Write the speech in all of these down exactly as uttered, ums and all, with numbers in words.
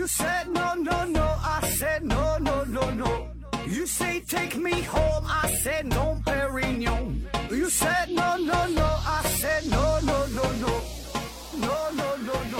said no no no, I said no no no no. You say take me home, I said no, Perignon. You said no no no, I said no no no no, no no no no.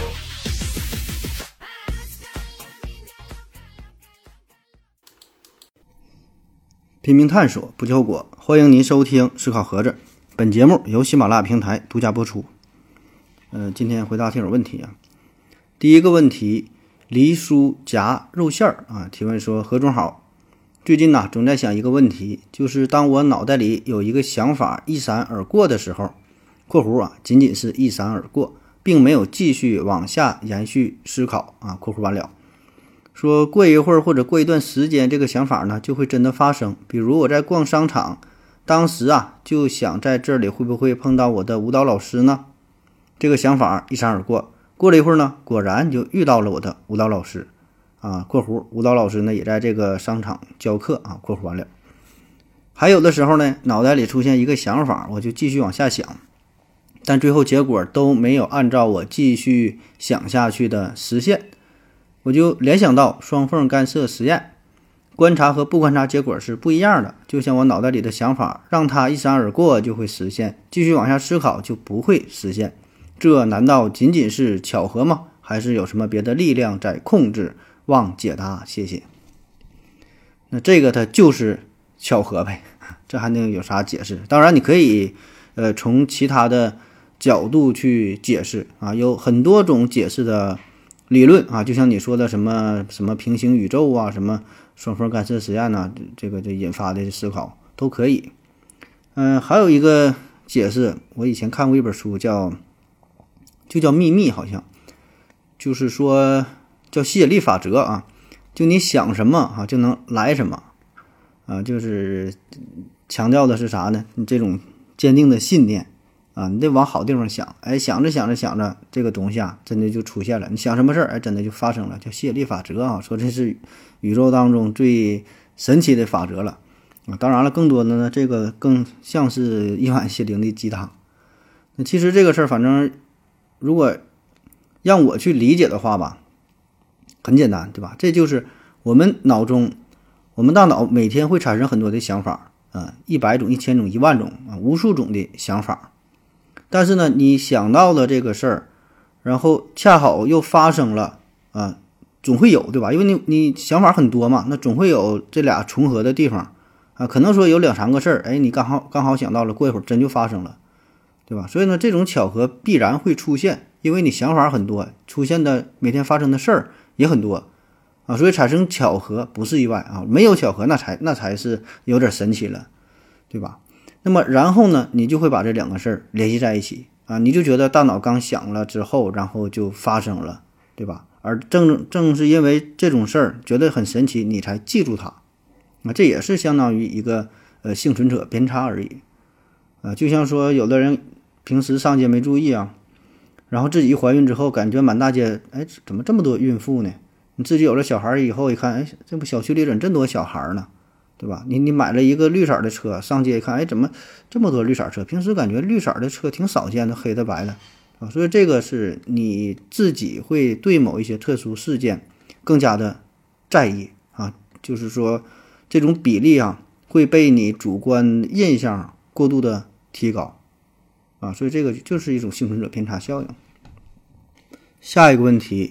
拼命探索，不计后果。欢迎您收听思考盒子，本节目由喜马拉雅平台独家播出。呃，今天回答听友问题啊。第一个问题，梨酥夹肉馅儿啊，提问说：何总好，最近呢总在想一个问题，就是当我脑袋里有一个想法一闪而过的时候（括弧啊，仅仅是一闪而过，并没有继续往下延续思考啊）（括弧完了）。说过一会儿或者过一段时间，这个想法呢就会真的发生。比如我在逛商场，当时啊就想在这里会不会碰到我的舞蹈老师呢？这个想法一闪而过，过了一会儿呢，果然就遇到了我的舞蹈老师啊（括弧舞蹈老师呢也在这个商场教课啊）（括弧完了）。还有的时候呢，脑袋里出现一个想法，我就继续往下想，但最后结果都没有按照我继续想下去的实现。我就联想到双缝干涉实验，观察和不观察结果是不一样的。就像我脑袋里的想法，让它一闪而过就会实现，继续往下思考就不会实现。这难道仅仅是巧合吗？还是有什么别的力量在控制？望解答，谢谢。那这个它就是巧合呗，这还能有啥解释？当然你可以呃从其他的角度去解释啊，有很多种解释的理论啊，就像你说的什么什么平行宇宙啊，什么双缝干涉实验呐、啊，这个这引发的思考都可以。嗯、呃，还有一个解释，我以前看过一本书叫就叫秘密，好像就是说叫吸引力法则啊，就你想什么啊就能来什么啊，就是强调的是啥呢？你这种坚定的信念啊，你得往好地方想，哎，想着想着想着，这个东西啊，真的就出现了。你想什么事儿，哎，真的就发生了，叫吸引力法则啊。说这是宇宙当中最神奇的法则了啊。当然了，更多的呢，这个更像是一碗心灵的鸡汤。那其实这个事儿，反正如果让我去理解的话吧，很简单，对吧？这就是我们脑中，我们大脑每天会产生很多的想法啊，一百种、一千种、一万种啊，无数种的想法。但是呢，你想到了这个事儿，然后恰好又发生了啊，总会有，对吧？因为你你想法很多嘛，那总会有这俩重合的地方啊。可能说有两三个事儿，哎，你刚好刚好想到了，过一会儿真就发生了，对吧？所以呢，这种巧合必然会出现，因为你想法很多，出现的每天发生的事儿也很多啊，所以产生巧合不是意外啊，没有巧合那才那才是有点神奇了，对吧？那么然后呢，你就会把这两个事儿联系在一起啊，你就觉得大脑刚想了之后，然后就发生了，对吧？而正正是因为这种事儿觉得很神奇，你才记住它啊，这也是相当于一个呃幸存者偏差而已啊。就像说有的人平时上街没注意啊，然后自己一怀孕之后，感觉满大街，哎，怎么这么多孕妇呢？你自己有了小孩以后一看，哎，这不小区里怎么这么多小孩呢？对吧？你你买了一个绿色的车，上街一看，哎，怎么这么多绿色车？平时感觉绿色的车挺少见的，黑的白的啊。所以这个是你自己会对某一些特殊事件更加的在意啊，就是说这种比例啊会被你主观印象过度的提高啊，所以这个就是一种幸存者偏差效应。下一个问题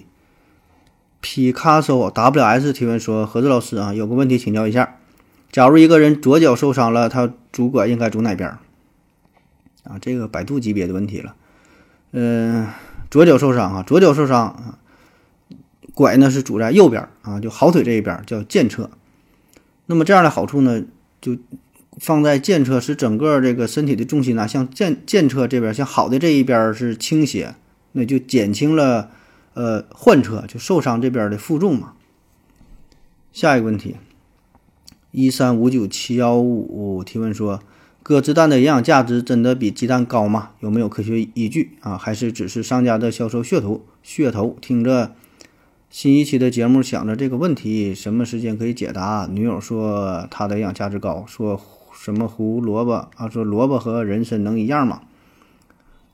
Picasso W S 提问说：何子老师啊，有个问题请教一下。假如一个人左脚受伤了，他拄拐应该拄哪边啊？这个百度级别的问题了。嗯、呃，左脚受伤啊，左脚受伤啊，拐呢是拄在右边啊，就好腿这一边叫健侧。那么这样的好处呢，就放在健侧，使整个这个身体的重心啊，向健健侧这边，向好的这一边是倾斜，那就减轻了呃患侧就受伤这边的负重嘛。下一个问题。一三五九七幺五提问说：鸽子蛋的营养价值真的比鸡蛋高吗？有没有科学依据啊？还是只是商家的销售噱头？噱头听着新一期的节目，想着这个问题什么时间可以解答？女友说它的营养价值高，说什么胡萝卜啊？说萝卜和人参能一样吗？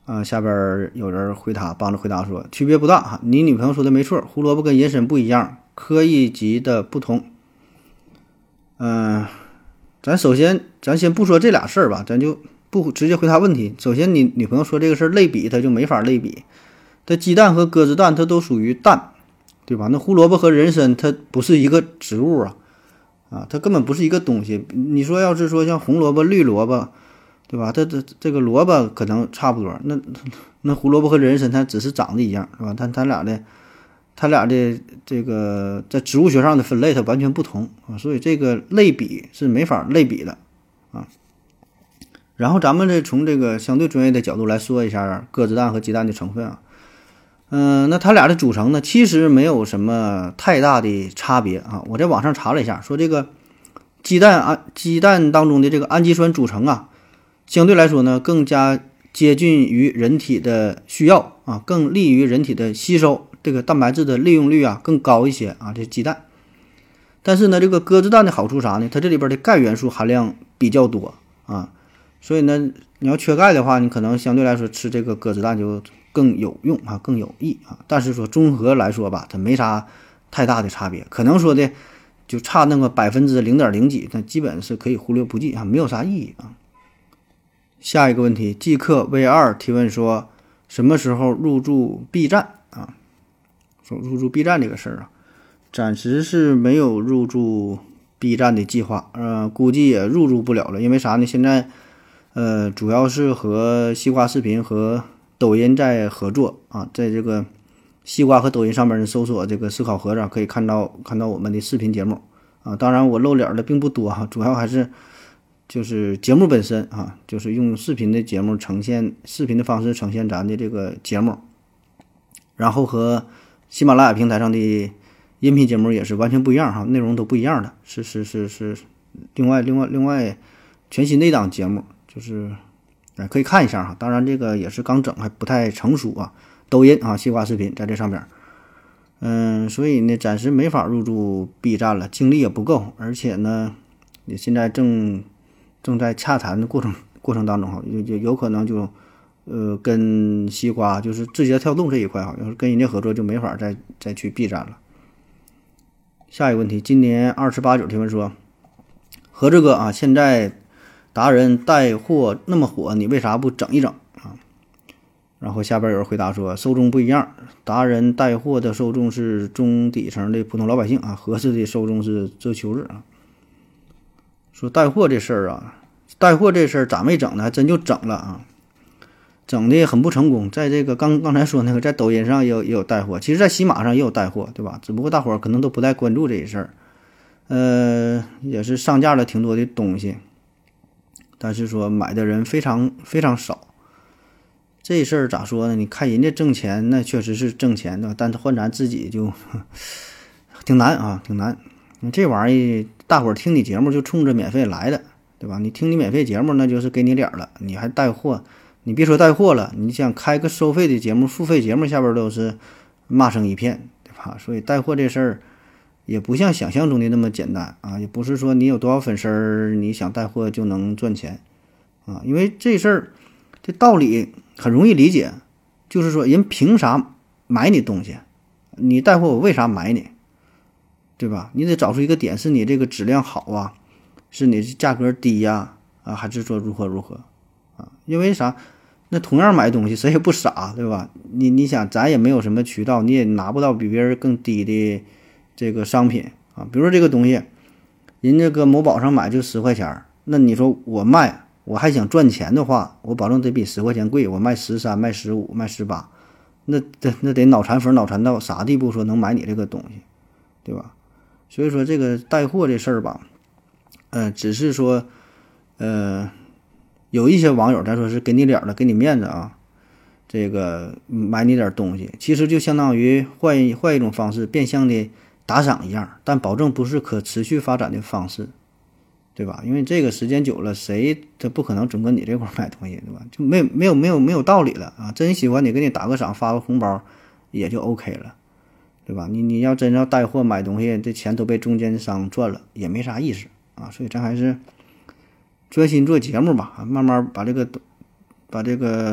啊，下边有人回答，帮着回答说，区别不大哈，你女朋友说的没错，胡萝卜跟人参不一样，科一级的不同。嗯、呃，咱首先咱先不说这俩事儿吧，咱就不直接回答问题。首先，你女朋友说这个事儿类比，它就没法类比。这鸡蛋和鸽子蛋，它都属于蛋，对吧？那胡萝卜和人参，它不是一个植物啊，啊，它根本不是一个东西。你说要是说像红萝卜、绿萝卜，对吧？它这这个萝卜可能差不多，那那胡萝卜和人参它只是长得一样，是吧？它它俩的，它俩的这个在植物学上的分类它完全不同啊，所以这个类比是没法类比的啊。然后咱们这从这个相对专业的角度来说一下鸽子蛋和鸡蛋的成分啊，嗯、呃，那它俩的组成呢，其实没有什么太大的差别啊。我在网上查了一下，说这个鸡蛋氨鸡蛋当中的这个氨基酸组成啊。相对来说呢，更加接近于人体的需要啊，更利于人体的吸收，这个蛋白质的利用率啊更高一些啊。这鸡蛋，但是呢，这个鸽子蛋的好处啥呢？它这里边的钙元素含量比较多啊，所以呢，你要缺钙的话，你可能相对来说吃这个鸽子蛋就更有用啊，更有益啊。但是说综合来说吧，它没啥太大的差别，可能说的就差那个百分之零点零几，那基本是可以忽略不计啊，没有啥意义啊。下一个问题，即刻 V 二 提问说，什么时候入驻 B 站啊？说入驻 B 站这个事儿啊，暂时是没有入驻 B 站的计划，呃，估计也入驻不了了，因为啥呢？现在呃，主要是和西瓜视频和抖音在合作啊，在这个西瓜和抖音上面搜索这个思考盒子，可以看到看到我们的视频节目啊。当然我露脸的并不多哈，主要还是。就是节目本身啊，就是用视频的节目呈现视频的方式呈现咱的这个节目，然后和喜马拉雅平台上的音频节目也是完全不一样哈，内容都不一样的，是是是是另外另外另外全新的一档节目，就是哎可以看一下哈。当然这个也是刚整，还不太成熟啊。抖音啊，西瓜视频在这上边，嗯，所以呢暂时没法入驻 B 站了，精力也不够，而且呢也现在正。正在洽谈的过程过程当中哈，有有有可能就，呃，跟西瓜就是字节跳动这一块哈，要是跟人家合作就没法再再去 B 站了。下一个问题，今年二十八九提问说，何志哥啊，现在达人带货那么火，你为啥不整一整啊？然后下边有人回答说，受众不一样，达人带货的受众是中底层的普通老百姓啊，合适的受众是遮羞日啊。说带货这事儿啊，带货这事儿咋没整呢？还真就整了啊，整的很不成功。在这个刚刚才说那个，在抖音上也有也有带货，其实在喜马上也有带货，对吧？只不过大伙儿可能都不太关注这一事儿，呃，也是上架了挺多的东西，但是说买的人非常非常少。这事儿咋说呢？你看人家挣钱，那确实是挣钱的，但是换咱自己就挺难啊，挺难。这玩意儿，大伙儿听你节目就冲着免费来的，对吧？你听你免费节目，那就是给你脸了。你还带货，你别说带货了，你想开个收费的节目、付费节目，下边都是骂声一片，对吧？所以带货这事儿也不像想象中的那么简单啊，也不是说你有多少粉丝儿，你想带货就能赚钱啊。因为这事儿这道理很容易理解，就是说人凭啥买你东西？你带货我为啥买你？对吧？你得找出一个点，是你这个质量好啊，是你价格低呀，啊，还是说如何如何啊？因为啥？那同样买东西，谁也不傻，对吧？你你想，咱也没有什么渠道，你也拿不到比别人更低的这个商品啊。比如说这个东西，人家搁某宝上买就十块钱，那你说我卖，我还想赚钱的话，我保证得比十块钱贵，我卖十三、卖十五、卖十八，那那那得脑残粉脑残到啥地步，说能买你这个东西，对吧？所以说这个带货这事儿吧，呃，只是说，呃，有一些网友咱说是给你脸的，给你面子啊，这个买你点东西，其实就相当于换一换一种方式，变相的打赏一样，但保证不是可持续发展的方式，对吧？因为这个时间久了，谁他不可能总跟你这块买东西，对吧？就没有没有没有没有道理了啊！真喜欢你，给你打个赏，发个红包，也就 OK 了。对吧？你你要真要带货买东西，这钱都被中间商赚了，也没啥意思啊。所以咱还是专心做节目吧，慢慢把这个把这个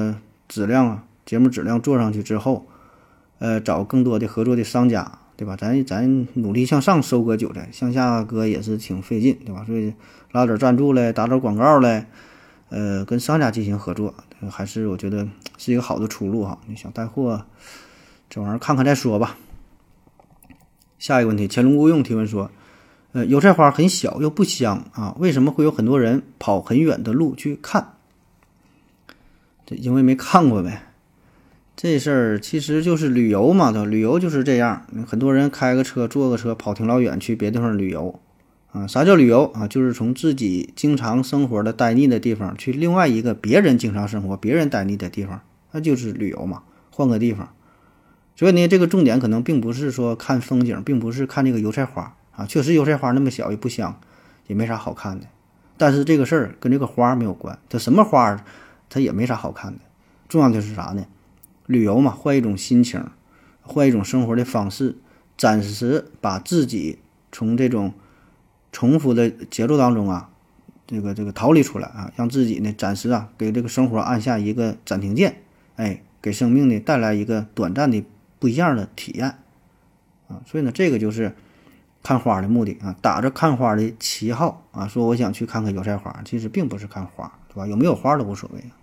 质量啊，节目质量做上去之后，呃，找更多的合作的商家，对吧？咱咱努力向上收割韭菜，向下割也是挺费劲，对吧？所以拉点赞助嘞，打点广告嘞，呃，跟商家进行合作，还是我觉得是一个好的出路哈。你想带货，这玩意儿看看再说吧。下一个问题，乾隆无用提问说，呃，油菜花很小又不香啊，为什么会有很多人跑很远的路去看？这因为没看过呗。这事儿其实就是旅游嘛，对吧？旅游就是这样，很多人开个车、坐个车跑挺老远去别地方旅游啊。啥叫旅游啊？就是从自己经常生活的呆腻的地方去另外一个别人经常生活、别人呆腻的地方，那就是旅游嘛，换个地方。所以呢，这个重点可能并不是说看风景，并不是看这个油菜花啊。确实油菜花那么小也不香，也没啥好看的。但是这个事儿跟这个花没有关，它什么花它也没啥好看的。重要的是啥呢？旅游嘛，换一种心情，换一种生活的方式，暂时把自己从这种重复的节奏当中啊，这个这个逃离出来啊，让自己呢暂时啊给这个生活按下一个暂停键，哎，给生命呢带来一个短暂的不一样的体验啊。所以呢，这个就是看花的目的啊，打着看花的旗号啊，说我想去看看油菜花，其实并不是看花，对吧？有没有花都无所谓。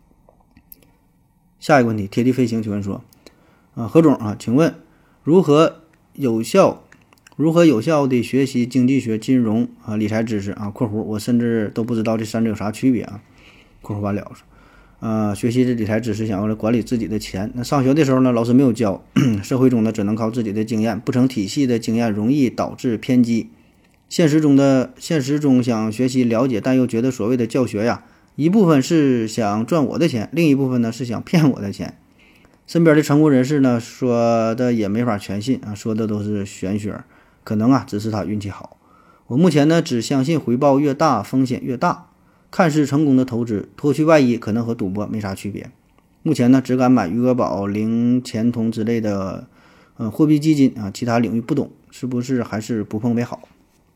下一个问题，贴地飞行请问说，啊，何总啊，请问如何有效如何有效的学习经济学、金融啊、理财知识啊？（括弧我甚至都不知道这三者有啥区别啊。）（括弧完了说，啊，学习这理财知识，想要来管理自己的钱。那上学的时候呢，老师没有教，社会中呢只能靠自己的经验，不成体系的经验容易导致偏激。现实中的现实中想学习了解，但又觉得所谓的教学呀，一部分是想赚我的钱，另一部分呢是想骗我的钱。身边的成功人士呢说的也没法全信啊，说的都是玄学，可能啊只是他运气好。我目前呢只相信回报越大风险越大，看似成功的投资脱去外衣可能和赌博没啥区别。目前呢只敢买余额宝、零钱通之类的呃货币基金啊，其他领域不懂，是不是还是不碰为好？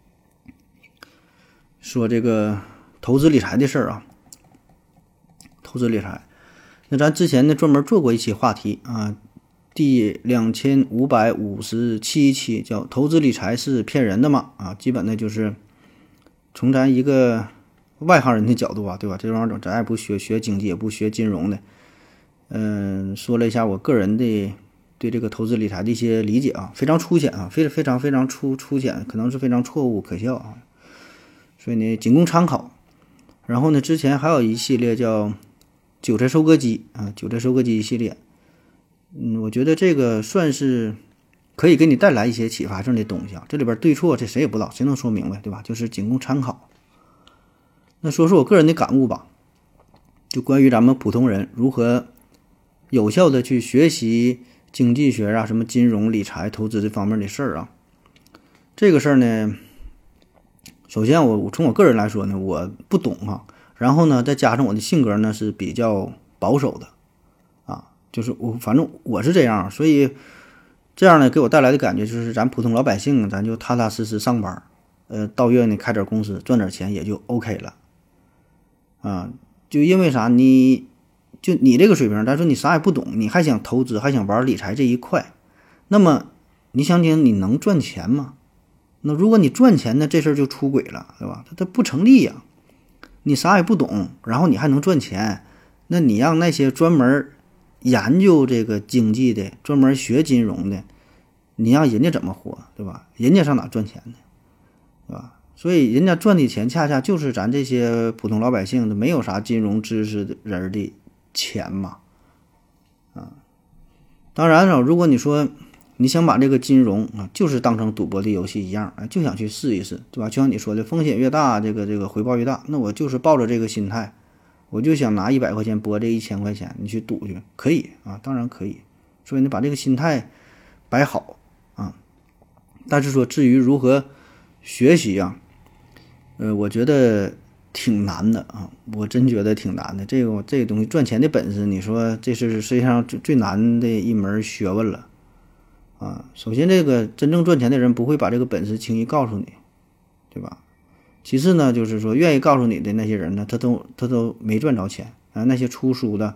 说这个投资理财的事儿啊，投资理财，那咱之前呢专门做过一期话题啊，第两千五百五十七期叫投资理财是骗人的吗？啊，基本呢就是从咱一个外行人的角度啊，对吧？这玩意儿咱也不学学经济，也不学金融的，嗯，说了一下我个人的对这个投资理财的一些理解啊，非常粗浅啊，非非常非常粗粗浅，可能是非常错误可笑啊，所以呢仅供参考。然后呢，之前还有一系列叫韭菜收割机啊，韭菜收割机系列，嗯，我觉得这个算是可以给你带来一些启发性的东西啊。这里边对错这谁也不知道，谁能说明白，对吧？就是仅供参考。那说说我个人的感悟吧，就关于咱们普通人如何有效的去学习经济学啊、什么金融、理财、投资这方面的事儿啊。这个事儿呢，首先我从我个人来说呢，我不懂啊。然后呢，再加上我的性格呢是比较保守的啊，就是我反正我是这样，所以这样呢给我带来的感觉就是咱普通老百姓咱就踏踏实实上班，呃，到月呢开点公司赚点钱也就 OK 了啊。就因为啥，你就你这个水平，咱说你啥也不懂，你还想投资，还想玩理财这一块，那么你想想你能赚钱吗？那如果你赚钱呢，这事儿就出轨了，对吧？它它不成立呀。你啥也不懂，然后你还能赚钱，那你让那些专门研究这个经济的、专门学金融的，你让人家怎么活，对吧？人家上哪赚钱呢，对吧？所以人家赚的钱恰恰就是咱这些普通老百姓的没有啥金融知识的人的钱嘛，啊，当然了，如果你说你想把这个金融啊，就是当成赌博的游戏一样，哎，就想去试一试，对吧？就像你说的，风险越大，这个这个回报越大。那我就是抱着这个心态，我就想拿一百块钱博这一千块钱，你去赌去，可以啊，当然可以。所以你把这个心态摆好啊。但是说至于如何学习啊，呃，我觉得挺难的啊，我真觉得挺难的。这个这个东西赚钱的本事，你说这是世界上最最难的一门学问了。啊，首先这个真正赚钱的人不会把这个本事轻易告诉你，对吧？其次呢，就是说愿意告诉你的那些人呢，他都他都没赚着钱啊。那些出书的，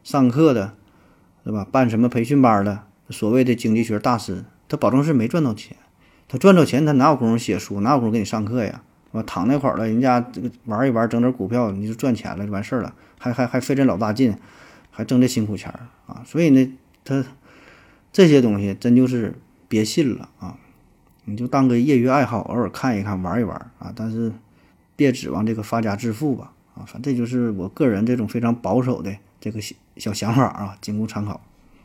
上课的，对吧？办什么培训班的，所谓的经济学大师，他保证是没赚到钱。他赚到钱，他哪有功夫写书，哪有功夫给你上课呀？我躺那块儿了，人家这个玩一玩，整点股票，你就赚钱了，就完事儿了，还还还费这老大劲，还挣这辛苦钱儿啊！所以呢，他这些东西真就是别信了啊！你就当个业余爱好，偶尔看一看，玩一玩啊！但是别指望这个发家致富吧啊！反正这就是我个人这种非常保守的这个小想法啊，仅供参考。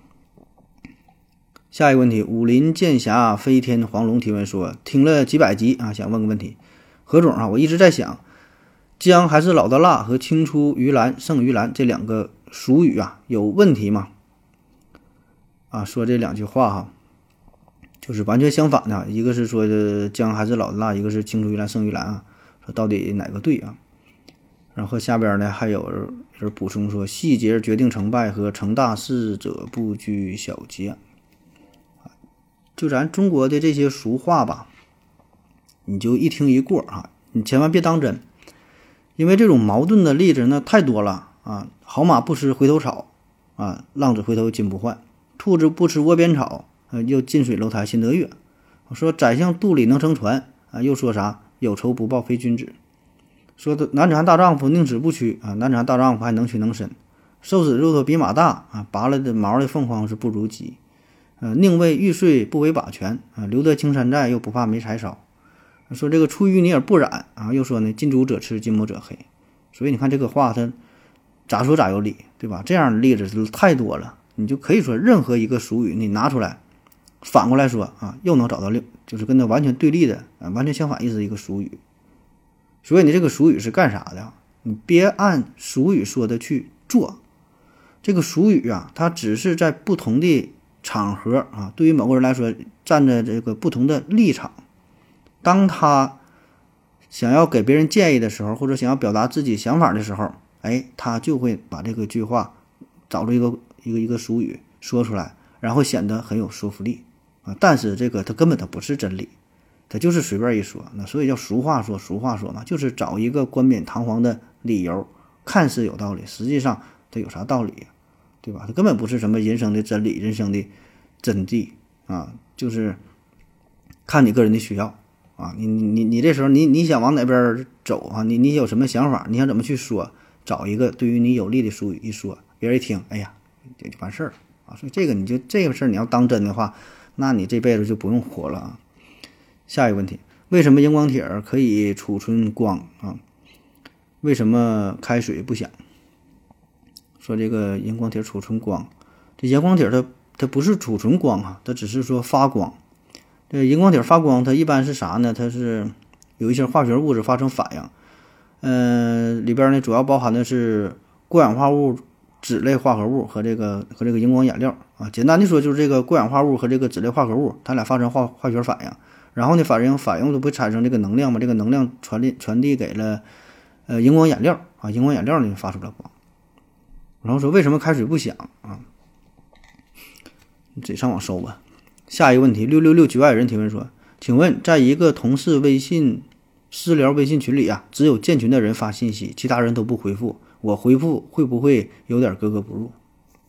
下一个问题，武林剑侠飞天黄龙提问说，听了几百集啊，想问个问题，何总啊，我一直在想，姜还是老的辣和青出于蓝胜于蓝这两个俗语啊有问题吗？啊，说这两句话哈，就是完全相反的，一个是说的姜还是老的辣，一个是青出于蓝胜于蓝啊，说到底哪个对啊？然后下边呢还有人补充说，细节决定成败和成大事者不拘小节。就咱中国的这些俗话吧，你就一听一过啊，你千万别当真，因为这种矛盾的例子呢太多了啊。好马不吃回头草啊，浪子回头金不换；兔子不吃窝边草，啊、又近水楼台先得月。我说宰相肚里能撑船啊，又说啥有仇不报非君子。说的男子汉大丈夫宁死不屈啊，男子汉大丈夫还能屈能伸。瘦死骆驼比马大啊，拔了的毛的凤凰是不如鸡。呃，宁为玉碎不为把全啊，留得青山在，又不怕没柴烧。说这个出淤泥而不染啊，又说呢近朱者赤，近墨者黑。所以你看这个话，它咋说咋有理，对吧？这样的例子是太多了，你就可以说任何一个俗语你拿出来，反过来说啊，又能找到另就是跟它完全对立的啊，完全相反意思的一个俗语。所以你这个俗语是干啥的？你别按俗语说的去做。这个俗语啊，它只是在不同的场合啊，对于某个人来说，站在这个不同的立场，当他想要给别人建议的时候，或者想要表达自己想法的时候，哎，他就会把这个句话找出一个一个一个俗语说出来，然后显得很有说服力啊。但是这个它根本它不是真理，它就是随便一说，那所以叫俗话说，俗话说嘛，就是找一个冠冕堂皇的理由，看似有道理，实际上它有啥道理？对吧？它根本不是什么人生的真理，人生的真谛啊，就是看你个人的需要啊。你你你这时候你你想往哪边走啊？你你有什么想法？你想怎么去说？找一个对于你有利的俗语一说，别人一听，哎呀，也就完事儿啊。所以这个你就这个事儿你要当真的话，那你这辈子就不用活了啊。下一个问题，为什么荧光铁可以储存光啊？为什么开水不响？说这个荧光铁储存光，这荧光铁它它不是储存光啊，它只是说发光。这荧光铁发光，它一般是啥呢？它是有一些化学物质发生反应，呃，里边呢主要包含的是过氧化物、酯类化合物和这个和这个荧光颜料啊。简单的说，就是这个过氧化物和这个酯类化合物，它俩发生化化学反应，然后呢反应反应都会产生这个能量嘛，这个能量传递传递给了呃荧光颜料啊，荧光颜料呢发出了光。然后说为什么开水不响啊？你自己上网搜吧。下一个问题，六六六局外人提问说，请问在一个同事微信私聊微信群里啊，只有建群的人发信息，其他人都不回复，我回复会不会有点格格不入？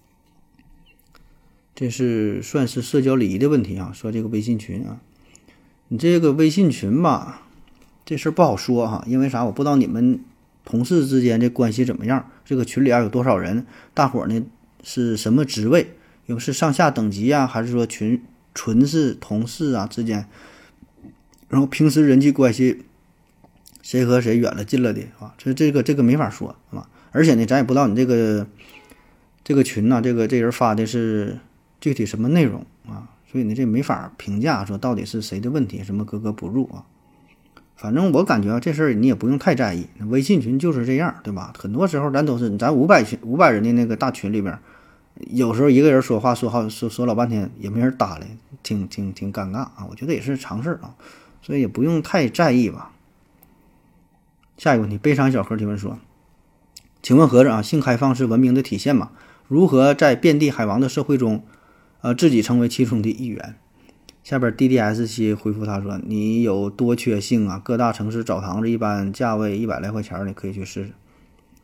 这是算是社交礼仪的问题啊。说这个微信群啊，你这个微信群吧，这事儿不好说哈，因为啥？我不知道你们同事之间这关系怎么样，这个群里啊有多少人，大伙儿呢是什么职位，有是上下等级啊，还是说群纯是同事啊之间，然后平时人际关系谁和谁远了近了的啊，这这个这个没法说啊。而且呢，咱也不知道你这个这个群呐、啊，这个这人发的是具体什么内容啊，所以呢这没法评价说到底是谁的问题，什么格格不入啊。反正我感觉啊，这事儿你也不用太在意，微信群就是这样，对吧？很多时候咱都是咱五百群五百人的那个大群里边，有时候一个人说话说好说说老半天也没人搭理，挺挺挺尴尬啊。我觉得也是常事啊，所以也不用太在意吧。下一个问题，悲伤小何提问说，请问何子啊，性开放是文明的体现吗？如何在遍地海王的社会中，呃，自己成为其中的一员？下边 D D S 七回复他说，你有多缺性啊？各大城市澡堂子一般价位一百来块钱，你可以去试试。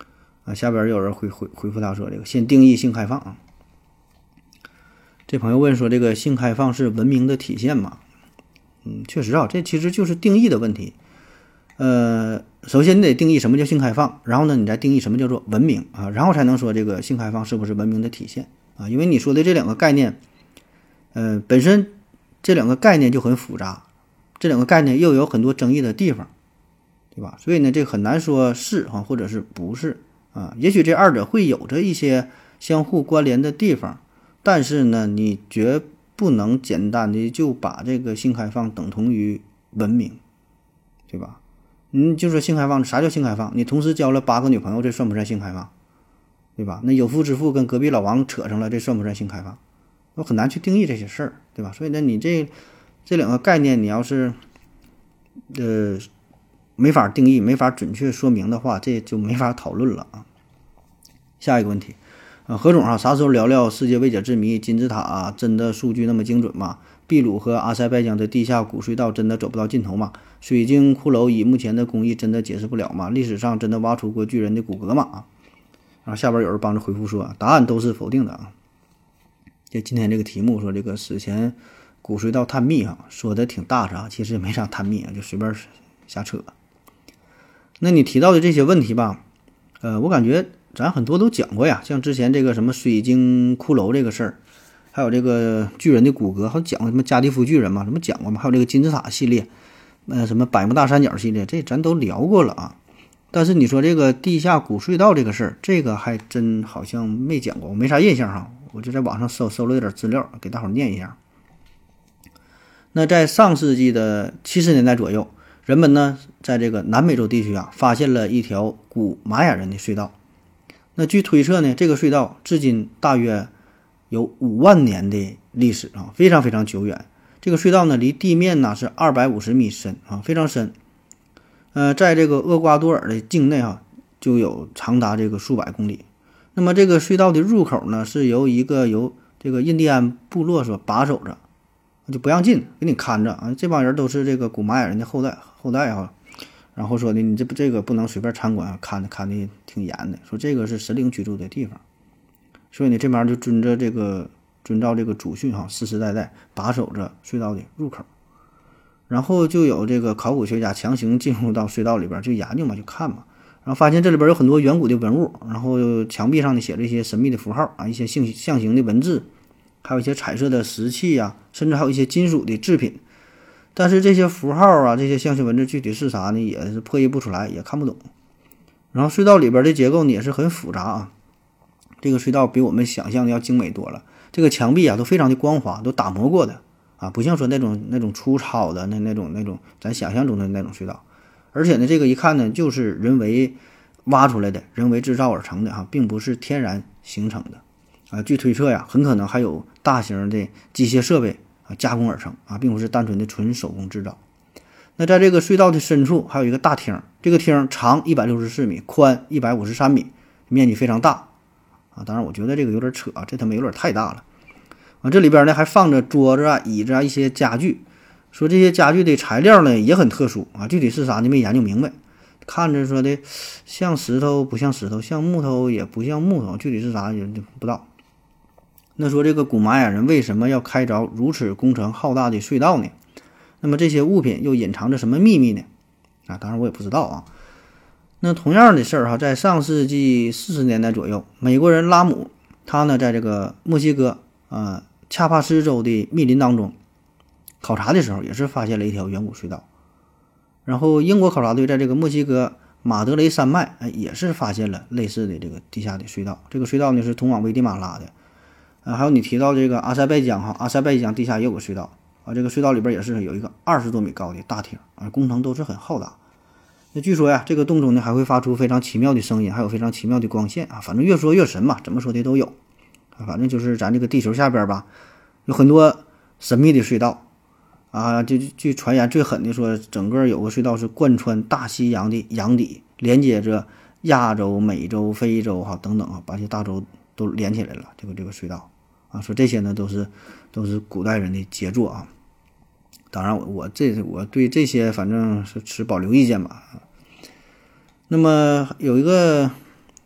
啊，下边有人回回回复他说，这个先定义性开放啊。这朋友问说，这个性开放是文明的体现吗？嗯，确实啊，这其实就是定义的问题。呃，首先你得定义什么叫性开放，然后呢，你再定义什么叫做文明啊，然后才能说这个性开放是不是文明的体现啊？因为你说的这两个概念，呃，本身这两个概念就很复杂，这两个概念又有很多争议的地方，对吧？所以呢，这很难说是啊，或者是不是啊？也许这二者会有着一些相互关联的地方，但是呢，你绝不能简单的就把这个性开放等同于文明，对吧？你就说性开放，啥叫性开放？你同时交了八个女朋友，这算不算性开放？对吧？那有妇之夫跟隔壁老王扯上了，这算不算性开放？我很难去定义这些事儿，对吧？所以呢，你这这两个概念，你要是呃没法定义，没法准确说明的话，这就没法讨论了啊。下一个问题。啊，何总啊，啥时候聊聊世界未解之谜？金字塔、啊、真的数据那么精准吗？秘鲁和阿塞拜疆的地下古隧道真的走不到尽头吗？水晶骷髅以目前的工艺真的解释不了吗？历史上真的挖出过巨人的骨骼吗？啊，下边有人帮着回复说，答案都是否定的啊。就今天这个题目说这个史前古隧道探秘啊，说的挺大是啊，其实也没啥探秘啊，就随便瞎扯。那你提到的这些问题吧，呃，我感觉咱很多都讲过呀，像之前这个什么水晶骷髅这个事儿，还有这个巨人的骨骼，还讲过什么加蒂夫巨人嘛，什么讲过嘛，还有这个金字塔系列，呃，什么百慕大三角系列，这咱都聊过了啊。但是你说这个地下古隧道这个事儿，这个还真好像没讲过，我没啥印象哈。我就在网上搜搜了点资料，给大伙儿念一下。那在上世纪的七十年代左右，人们呢在这个南美洲地区啊，发现了一条古玛雅人的隧道。那据推测呢，这个隧道至今大约有五万年的历史啊，非常非常久远。这个隧道呢，离地面呢是二百五十米深啊，非常深。呃，在这个厄瓜多尔的境内啊，就有长达这个数百公里。那么这个隧道的入口呢，是由一个由这个印第安部落所把守着，就不让进，给你看着啊。这帮人都是这个古玛雅人的后代后代啊。然后说的你这不这个不能随便参观啊，看的看的挺严的，说这个是神灵居住的地方，所以呢这边就遵着这个遵照这个祖训哈，世世代代把守着隧道的入口。然后就有这个考古学家强行进入到隧道里边就研究嘛，就看嘛，然后发现这里边有很多远古的文物，然后墙壁上呢写了一些神秘的符号啊，一些象象形的文字，还有一些彩色的石器啊，甚至还有一些金属的制品。但是这些符号啊，这些象形文字具体是啥呢，也是破译不出来，也看不懂。然后隧道里边的结构呢也是很复杂啊，这个隧道比我们想象的要精美多了。这个墙壁啊都非常的光滑，都打磨过的啊，不像说那种那种粗糙的那那种那种咱想象中的那种隧道。而且呢，这个一看呢就是人为挖出来的，人为制造而成的哈、啊，并不是天然形成的啊。据推测呀，很可能还有大型的机械设备啊加工而成啊，并不是单纯的纯手工制造。那在这个隧道的深处还有一个大厅，这个厅长一百六十四米，宽一百五十三米，面积非常大啊。当然我觉得这个有点扯，这他妈有点太大了啊。这里边呢还放着桌子啊、椅子啊一些家具，说这些家具的材料呢也很特殊啊，具体是啥呢没研究明白。看着说的像石头不像石头，像木头也不像木头，具体是啥也不知道。那说这个古玛雅人为什么要开凿如此工程浩大的隧道呢？那么这些物品又隐藏着什么秘密呢？啊，当然我也不知道啊。那同样的事儿哈，在上世纪四十年代左右，美国人拉姆他呢在这个墨西哥啊恰帕斯州的密林当中考察的时候，也是发现了一条远古隧道。然后英国考察队在这个墨西哥马德雷山脉哎也是发现了类似的这个地下的隧道。这个隧道呢是通往危地马拉的。啊，还有你提到这个阿塞拜疆哈，阿塞拜疆地下也有个隧道啊，这个隧道里边也是有一个二十多米高的大厅啊，工程都是很浩大。那据说呀，这个洞中呢还会发出非常奇妙的声音，还有非常奇妙的光线啊，反正越说越神嘛，怎么说的都有啊。反正就是咱这个地球下边吧，有很多神秘的隧道啊。就据传言最狠的说，整个有个隧道是贯穿大西洋的洋底，连接着亚洲、美洲、非洲哈等等啊，把这些大洲都连起来了。这个这个隧道。啊，说这些呢都是都是古代人的杰作啊。当然我我这我对这些反正是持保留意见吧。那么有一个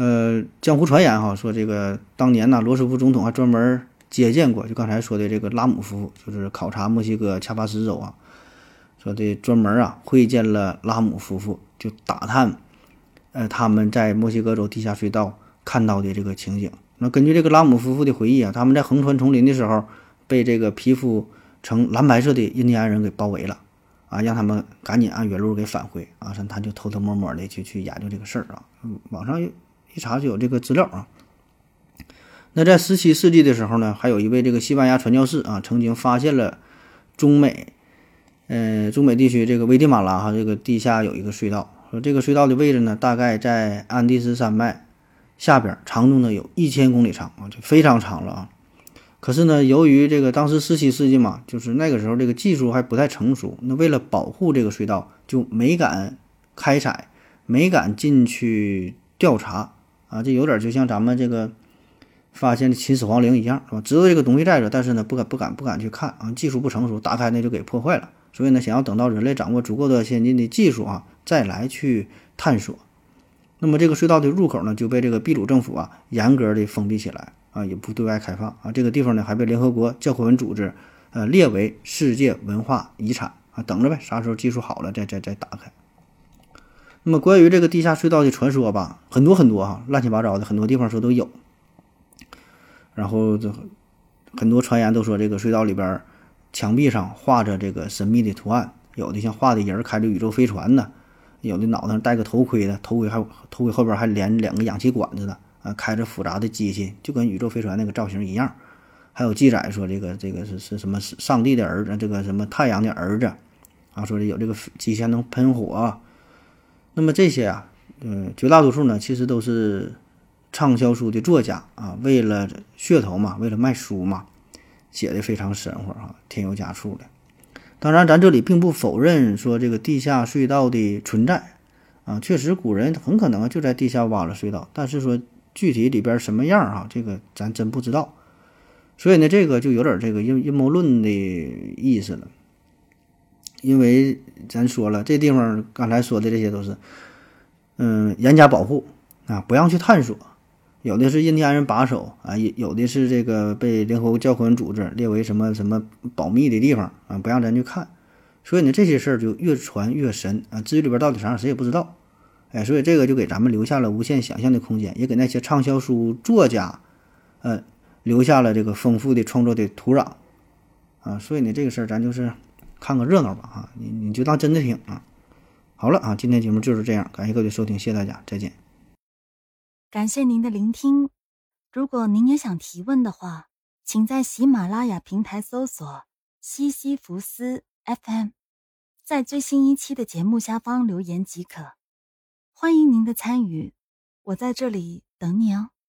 呃，江湖传言哈，说这个当年呢，罗斯福总统还专门接见过，就刚才说的这个拉姆夫妇，就是考察墨西哥恰巴斯州啊，说的专门啊会见了拉姆夫妇，就打探，呃，他们在墨西哥州地下隧道看到的这个情景。那根据这个拉姆夫妇的回忆啊，他们在横穿丛林的时候，被这个皮肤呈蓝白色的印第安人给包围了。啊，让他们赶紧按原路给返回啊！他就偷偷摸摸的去去研究这个事儿啊。嗯，网上一查就有这个资料啊。那在十七世纪的时候呢，还有一位这个西班牙传教士啊，曾经发现了中美，呃，中美地区这个危地马拉哈这个地下有一个隧道，说这个隧道的位置呢，大概在安第斯山脉下边，长度呢有一千公里长啊，就非常长了啊。可是呢，由于这个当时十七世纪嘛，就是那个时候这个技术还不太成熟，那为了保护这个隧道，就没敢开采，没敢进去调查啊，这有点就像咱们这个发现的秦始皇陵一样，是吧？知道这个东西在这，但是呢，不敢不敢不敢去看啊，技术不成熟，打开呢就给破坏了。所以呢，想要等到人类掌握足够的先进的技术啊，再来去探索，那么这个隧道的入口呢，就被这个秘鲁政府啊严格的封闭起来。啊，也不对外开放啊。这个地方呢，还被联合国教科文组织呃列为世界文化遗产啊。等着呗，啥时候技术好了再再再打开。那么关于这个地下隧道的传说吧，很多很多哈，乱七八糟的，很多地方说都有。然后这很多传言都说这个隧道里边墙壁上画着这个神秘的图案，有的像画的人开着宇宙飞船的，有的脑袋上戴个头盔的，头盔还头盔后边还连两个氧气管子的。啊，开着复杂的机器，就跟宇宙飞船那个造型一样。还有记载说这个这个是是什么上帝的儿子，这个什么太阳的儿子啊，说有这个机器能喷火啊。那么这些啊，嗯，绝大多数呢，其实都是畅销书的作家啊，为了噱头嘛，为了卖书嘛，写的非常神乎啊，添油加醋的。当然，咱这里并不否认说这个地下隧道的存在啊，确实古人很可能就在地下挖了隧道，但是说具体里边什么样啊？这个咱真不知道，所以呢，这个就有点这个阴阴谋论的意思了。因为咱说了，这地方刚才说的这些都是，嗯，严加保护啊，不让去探索。有的是印第安人把守啊，有的是这个被联合国教科文组织列为什么什么保密的地方啊，不让咱去看。所以呢，这些事儿就越传越神啊，至于里边到底啥样，谁也不知道。哎，所以这个就给咱们留下了无限想象的空间，也给那些畅销书作家，呃，留下了这个丰富的创作的土壤，啊，所以呢，这个事儿咱就是看个热闹吧，啊，你你就当真的听啊。好了啊，今天节目就是这样，感谢各位收听，谢谢大家，再见。 感谢您的聆听，如果您也想提问的话，请在喜马拉雅平台搜索西西弗斯 F M， 在最新一期的节目下方留言即可。欢迎您的参与，我在这里等你哦。